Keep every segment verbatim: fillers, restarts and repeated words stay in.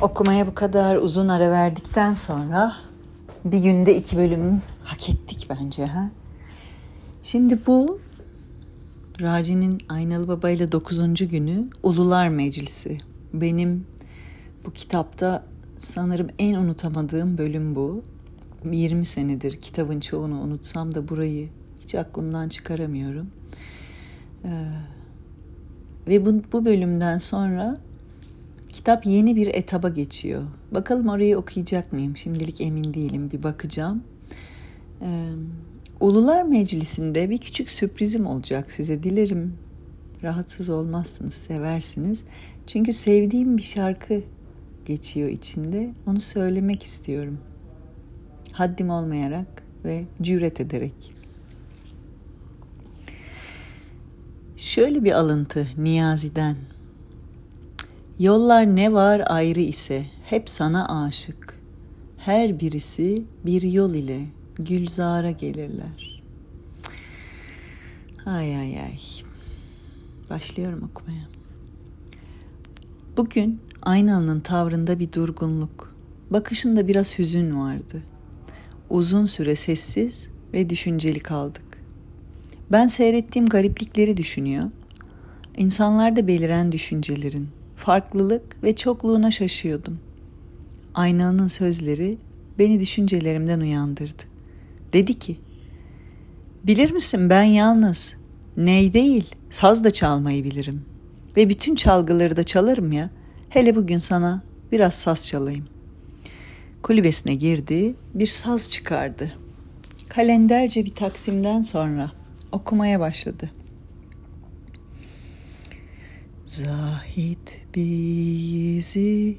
Okumaya bu kadar uzun ara verdikten sonra bir günde iki bölüm hak ettik bence. Ha? Şimdi bu Raci'nin Aynalı Baba ile dokuzuncu günü Ulular Meclisi. Benim bu kitapta sanırım en unutamadığım bölüm bu. yirmi senedir kitabın çoğunu unutsam da burayı hiç aklımdan çıkaramıyorum. Ee, ve bu, bu bölümden sonra kitap yeni bir etaba geçiyor. Bakalım orayı okuyacak mıyım? Şimdilik emin değilim. Bir bakacağım. Ee, Ulular Meclisi'nde bir küçük sürprizim olacak size. Dilerim rahatsız olmazsınız, seversiniz. Çünkü sevdiğim bir şarkı geçiyor içinde. Onu söylemek istiyorum. Haddim olmayarak ve cüret ederek. Şöyle bir alıntı Niyazi'den. Yollar ne var ayrı ise hep sana aşık. Her birisi bir yol ile Gülzar'a gelirler. Ay ay ay. Başlıyorum okumaya. Bugün Aynalı'nın tavrında bir durgunluk, bakışında biraz hüzün vardı. Uzun süre sessiz ve düşünceli kaldık. Ben seyrettiğim gariplikleri düşünüyor, insanlarda beliren düşüncelerin farklılık ve çokluğuna şaşıyordum. Aynalı'nın sözleri beni düşüncelerimden uyandırdı. Dedi ki, bilir misin ben yalnız ney değil saz da çalmayı bilirim. Ve bütün çalgıları da çalarım ya, hele bugün sana biraz saz çalayım. Kulübesine girdi, bir saz çıkardı. Kalenderce bir taksimden sonra okumaya başladı. Zahit bizi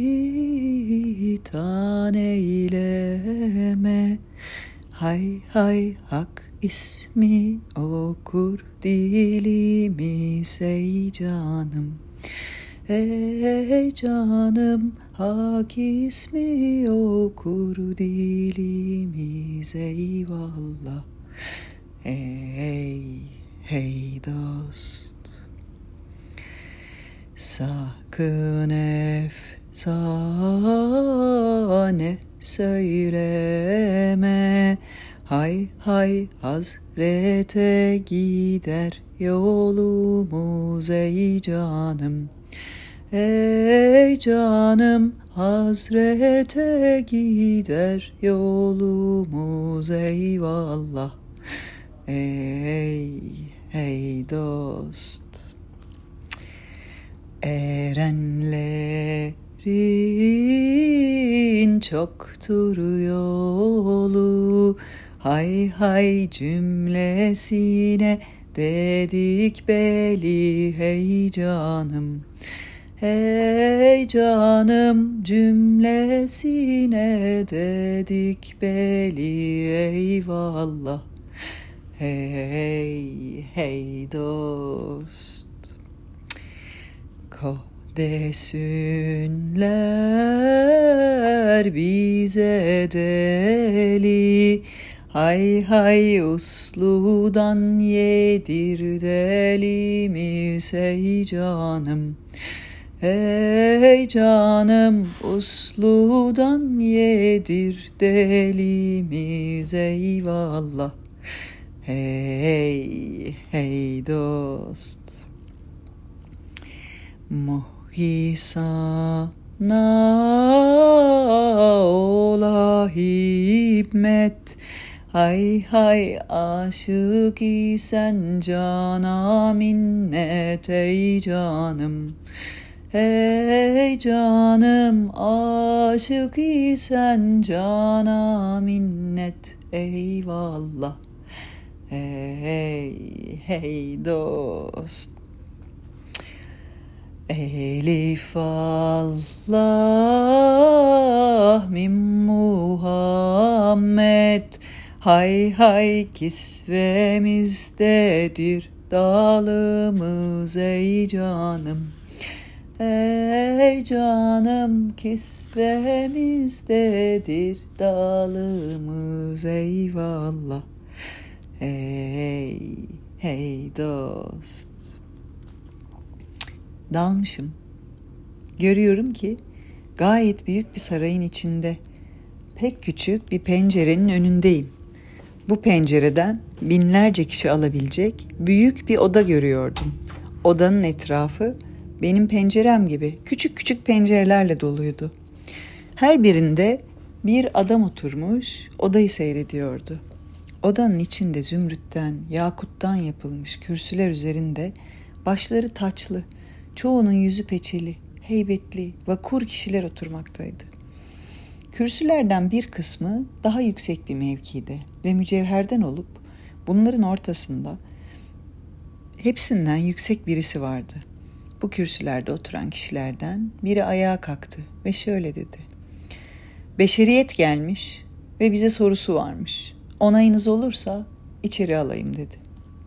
tan eyleme, hay hay hak ismi okur dilimiz ey canım. Ey canım hak ismi okur dilimiz eyvallah. Ey hey dost. Sakın efsane söyleme, hay hay hazrete gider yolumuz ey canım. Ey canım hazrete gider yolumuz eyvallah. Ey hey dost. Erenlerin çoktur yolu, hay hay cümlesine dedik beli hey canım. Hey canım cümlesine dedik beli eyvallah. Hey hey dost. Desinler bize deli, hay hay usludan yedir delimiz ey canım. Ey canım usludan yedir delimiz eyvallah. Hey hey dost. Muhisana ola himmet, hay hay aşık isen cana minnet ey canım. Ey canım aşık isen cana minnet eyvallah. Hey hey dost. Elif Allah min Muhammed, hay hay kisvemizdedir dalımız ey canım. Ey canım kisvemizdedir dalımız eyvallah. Hey hey dost. Dalmışım. Görüyorum ki Gayet büyük bir sarayın içinde, pek küçük bir pencerenin önündeyim. Bu pencereden binlerce kişi alabilecek büyük bir oda görüyordum. Odanın etrafı benim pencerem gibi küçük küçük pencerelerle doluydu. Her birinde bir adam oturmuş odayı seyrediyordu. Odanın içinde zümrütten, yakuttan yapılmış kürsüler üzerinde başları taçlı, çoğunun yüzü peçeli, heybetli, vakur kişiler oturmaktaydı. Kürsülerden bir kısmı daha yüksek bir mevkide ve mücevherden olup bunların ortasında hepsinden yüksek birisi vardı. Bu kürsülerde oturan kişilerden biri ayağa kalktı ve şöyle dedi: "Beşeriyet gelmiş ve bize sorusu varmış. Onayınız olursa içeri alayım," dedi.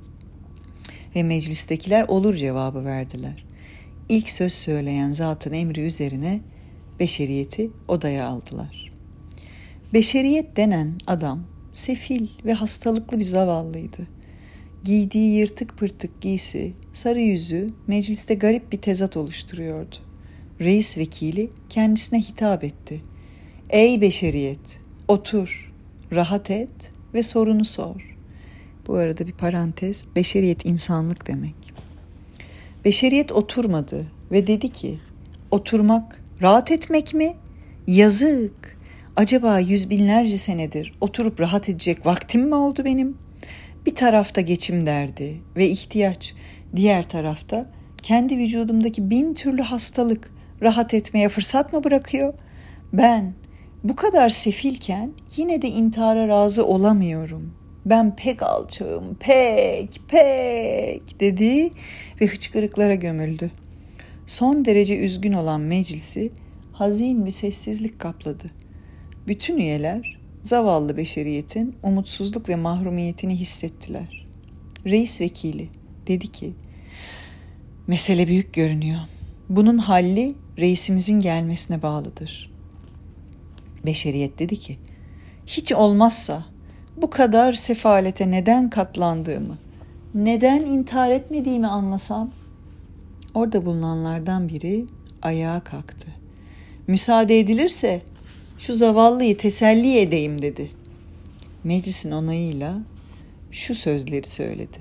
Ve meclistekiler olur cevabı verdiler. İlk söz söyleyen zatın emri üzerine beşeriyeti odaya aldılar. Beşeriyet denen adam sefil ve hastalıklı bir zavallıydı. Giydiği yırtık pırtık giysi, sarı yüzü mecliste garip bir tezat oluşturuyordu. Reis vekili kendisine hitap etti. "Ey beşeriyet, otur, rahat et ve sorunu sor." Bu arada bir parantez, beşeriyet insanlık demek. Beşeriyet oturmadı ve dedi ki, "Oturmak, rahat etmek mi? Yazık. Acaba yüz binlerce senedir oturup rahat edecek vaktim mi oldu benim? Bir tarafta geçim derdi ve ihtiyaç, diğer tarafta kendi vücudumdaki bin türlü hastalık rahat etmeye fırsat mı bırakıyor? Ben bu kadar sefilken yine de intihara razı olamıyorum. Ben pek alçağım, pek, pek," dedi ve hıçkırıklara gömüldü. Son derece üzgün olan meclisi hazin bir sessizlik kapladı. Bütün üyeler zavallı beşeriyetin umutsuzluk ve mahrumiyetini hissettiler. Reis vekili dedi ki, "Mesele büyük görünüyor. Bunun halli reisimizin gelmesine bağlıdır." Beşeriyet dedi ki, "Hiç olmazsa bu kadar sefalete neden katlandığımı, neden intihar etmediğimi anlasam." Orada bulunanlardan biri ayağa kalktı. "Müsaade edilirse şu zavallıyı teselli edeyim," dedi. Meclisin onayıyla şu sözleri söyledi: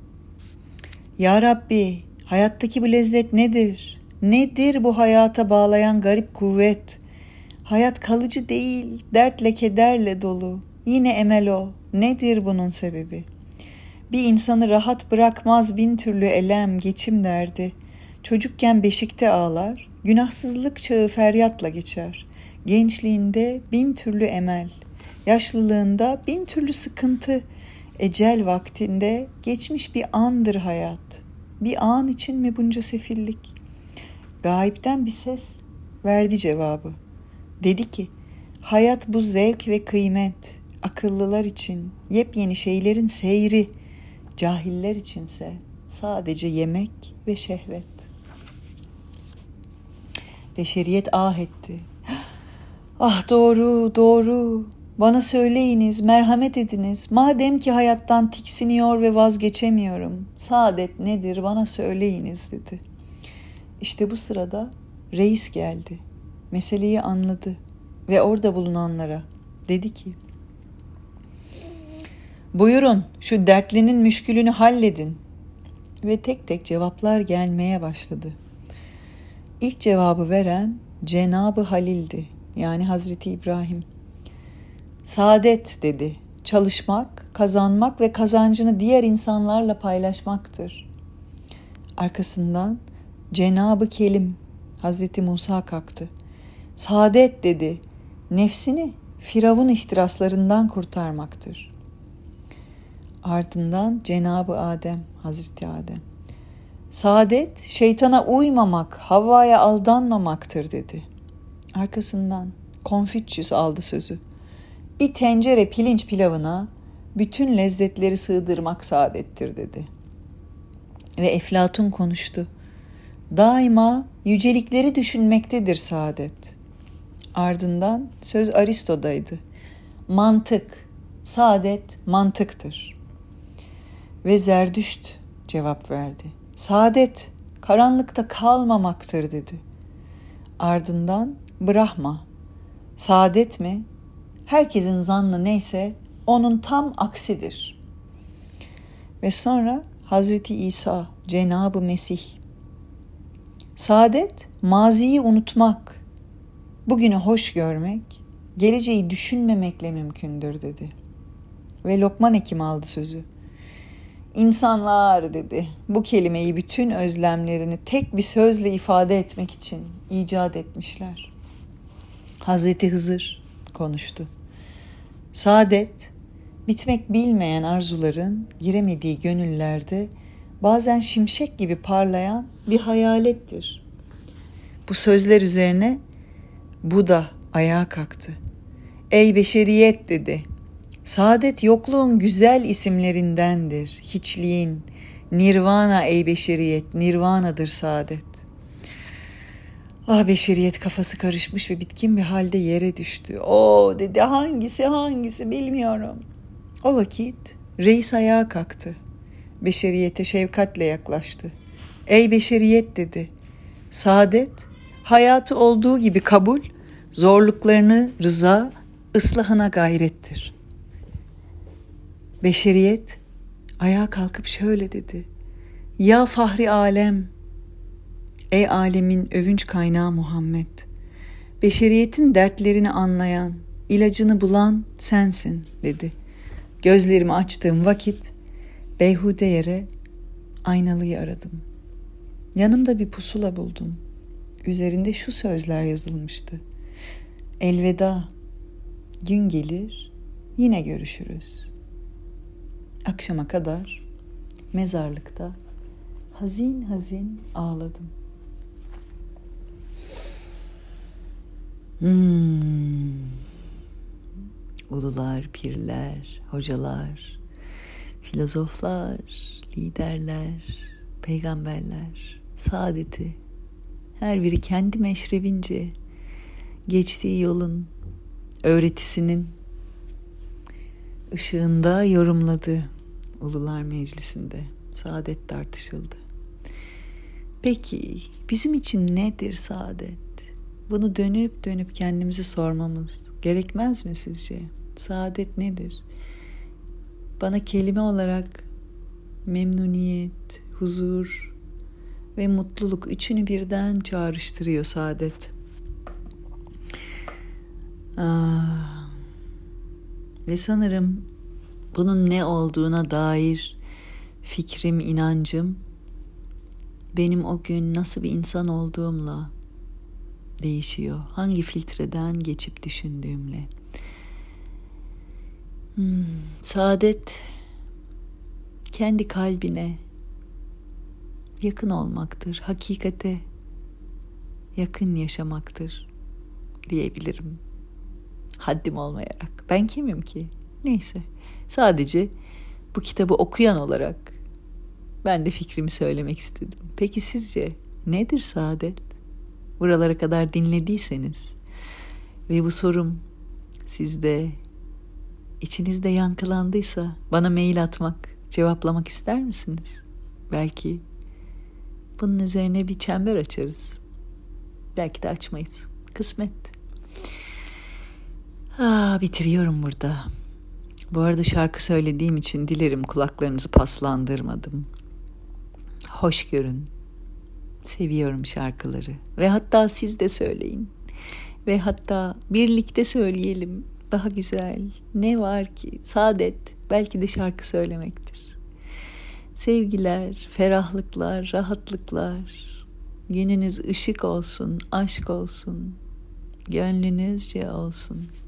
"Ya Rabbi, hayattaki bu lezzet nedir? Nedir bu hayata bağlayan garip kuvvet? Hayat kalıcı değil, dertle kederle dolu. Yine emel o. Nedir bunun sebebi? Bir insanı rahat bırakmaz bin türlü elem, geçim derdi. Çocukken beşikte ağlar, günahsızlık çağı feryatla geçer. Gençliğinde bin türlü emel, yaşlılığında bin türlü sıkıntı, ecel vaktinde geçmiş bir andır hayat. Bir an için mi bunca sefillik?" Gayipten bir ses verdi cevabı. Dedi ki, "Hayat bu zevk ve kıymet, akıllılar için yepyeni şeylerin seyri, cahiller içinse sadece yemek ve şehvet." Beşeriyet ah etti. "Ah doğru, doğru. Bana söyleyiniz, merhamet ediniz. Madem ki hayattan tiksiniyor ve vazgeçemiyorum, saadet nedir bana söyleyiniz," dedi. İşte bu sırada reis geldi. Meseleyi anladı ve orada bulunanlara dedi ki, "Buyurun şu dertlinin müşkülünü halledin." Ve tek tek cevaplar gelmeye başladı. İlk cevabı veren Cenab-ı Halil'di, yani Hazreti İbrahim. "Saadet," dedi, "çalışmak, kazanmak ve kazancını diğer insanlarla paylaşmaktır." Arkasından Cenab-ı Kelim Hazreti Musa kalktı. "Saadet," dedi, "nefsini Firavun ihtiraslarından kurtarmaktır." Ardından Cenab-ı Adem Hazreti Adem, "Saadet şeytana uymamak, Havva'ya aldanmamaktır," dedi. Arkasından Konfüçyüs aldı sözü. "Bir tencere pirinç pilavına bütün lezzetleri sığdırmak saadettir," dedi. Ve Eflatun konuştu. "Daima yücelikleri düşünmektedir saadet." Ardından söz Aristo'daydı. "Mantık, saadet mantıktır." Ve Zerdüşt cevap verdi. "Saadet karanlıkta kalmamaktır," dedi. Ardından Brahma, saadet mi? Herkesin zannı neyse onun tam aksidir. Ve sonra Hazreti İsa, Cenab-ı Mesih. Saadet, maziyi unutmak, bugünü hoş görmek, geleceği düşünmemekle mümkündür dedi. Ve Lokman Hekim aldı sözü. İnsanlar dedi, bu kelimeyi bütün özlemlerini tek bir sözle ifade etmek için icat etmişler. Hazreti Hızır konuştu. Saadet, bitmek bilmeyen arzuların giremediği gönüllerde bazen şimşek gibi parlayan bir hayalettir. Bu sözler üzerine Buda ayağa kalktı. Ey beşeriyet dedi. Saadet yokluğun güzel isimlerindendir. Hiçliğin, nirvana ey beşeriyet, nirvanadır saadet. Ah beşeriyet kafası karışmış ve bitkin bir halde yere düştü. O dedi hangisi hangisi bilmiyorum. O vakit reis ayağa kalktı. Beşeriyete şefkatle yaklaştı. Ey beşeriyet dedi. Saadet, hayatı olduğu gibi kabul, zorluklarını rıza, ıslahına gayrettir. Beşeriyet ayağa kalkıp şöyle dedi. Ya fahri alem, ey alemin övünç kaynağı Muhammed, beşeriyetin dertlerini anlayan, ilacını bulan sensin dedi. Gözlerimi açtığım vakit beyhude yere aynalıyı aradım. Yanımda bir pusula buldum. Üzerinde şu sözler yazılmıştı. Elveda, gün gelir, yine görüşürüz. Akşama kadar mezarlıkta hazin hazin ağladım. Hmm. Ulular, pirler, hocalar, filozoflar, liderler, peygamberler, saadeti, her biri kendi meşrebince geçtiği yolun öğretisinin ışığında yorumladı. Ulular Meclisi'nde saadet tartışıldı. Peki bizim için nedir saadet? Bunu dönüp dönüp kendimize sormamız gerekmez mi sizce? Saadet nedir? Bana kelime olarak memnuniyet, huzur ve mutluluk üçünü birden çağrıştırıyor saadet. Ah. Ve sanırım bunun ne olduğuna dair fikrim, inancım benim o gün nasıl bir insan olduğumla değişiyor. Hangi filtreden geçip düşündüğümle. Hmm, saadet kendi kalbine yakın olmaktır. Hakikate yakın yaşamaktır diyebilirim. Haddim olmayarak. Ben kimim ki? Neyse. Sadece bu kitabı okuyan olarak ben de fikrimi söylemek istedim. Peki sizce nedir saadet? Buralara kadar dinlediyseniz ve bu sorum sizde, içinizde yankılandıysa bana mail atmak, cevaplamak ister misiniz? Belki bunun üzerine bir çember açarız. Belki de açmayız. Kısmet. Ah, bitiriyorum burada. Bu arada şarkı söylediğim için dilerim kulaklarınızı paslandırmadım. Hoş görün. Seviyorum şarkıları. Ve hatta siz de söyleyin. Ve hatta birlikte söyleyelim. Daha güzel. Ne var ki? Saadet belki de şarkı söylemektir. Sevgiler, ferahlıklar, rahatlıklar. Gününüz ışık olsun, aşk olsun. Gönlünüzce olsun.